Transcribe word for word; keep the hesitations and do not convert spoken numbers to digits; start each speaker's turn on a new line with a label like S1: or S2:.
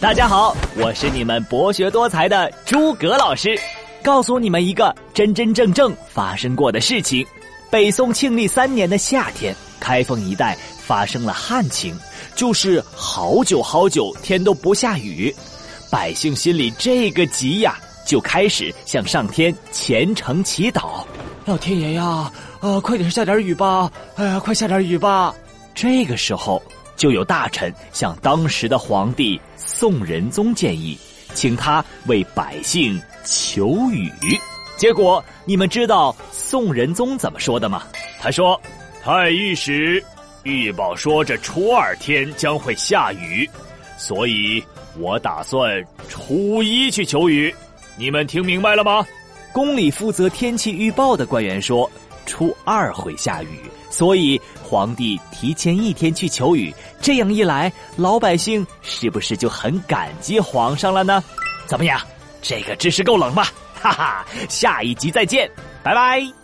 S1: 大家好，我是你们博学多才的诸葛老师，告诉你们一个真真正正发生过的事情。北宋庆历三年的夏天，开封一带发生了旱情，就是好久好久天都不下雨。百姓心里这个急呀，就开始向上天虔诚祈祷，老天爷呀，呃，快点下点雨吧，哎呀，快下点雨吧。这个时候就有大臣向当时的皇帝宋仁宗建议，请他为百姓求雨。结果你们知道宋仁宗怎么说的吗？他说，太御史预报说这初二天将会下雨，所以我打算初一去求雨，你们听明白了吗？宫里负责天气预报的官员说，初二会下雨，所以皇帝提前一天去求雨，这样一来，老百姓是不是就很感激皇上了呢？怎么样，这个知识够冷吧？哈哈，下一集再见，拜拜。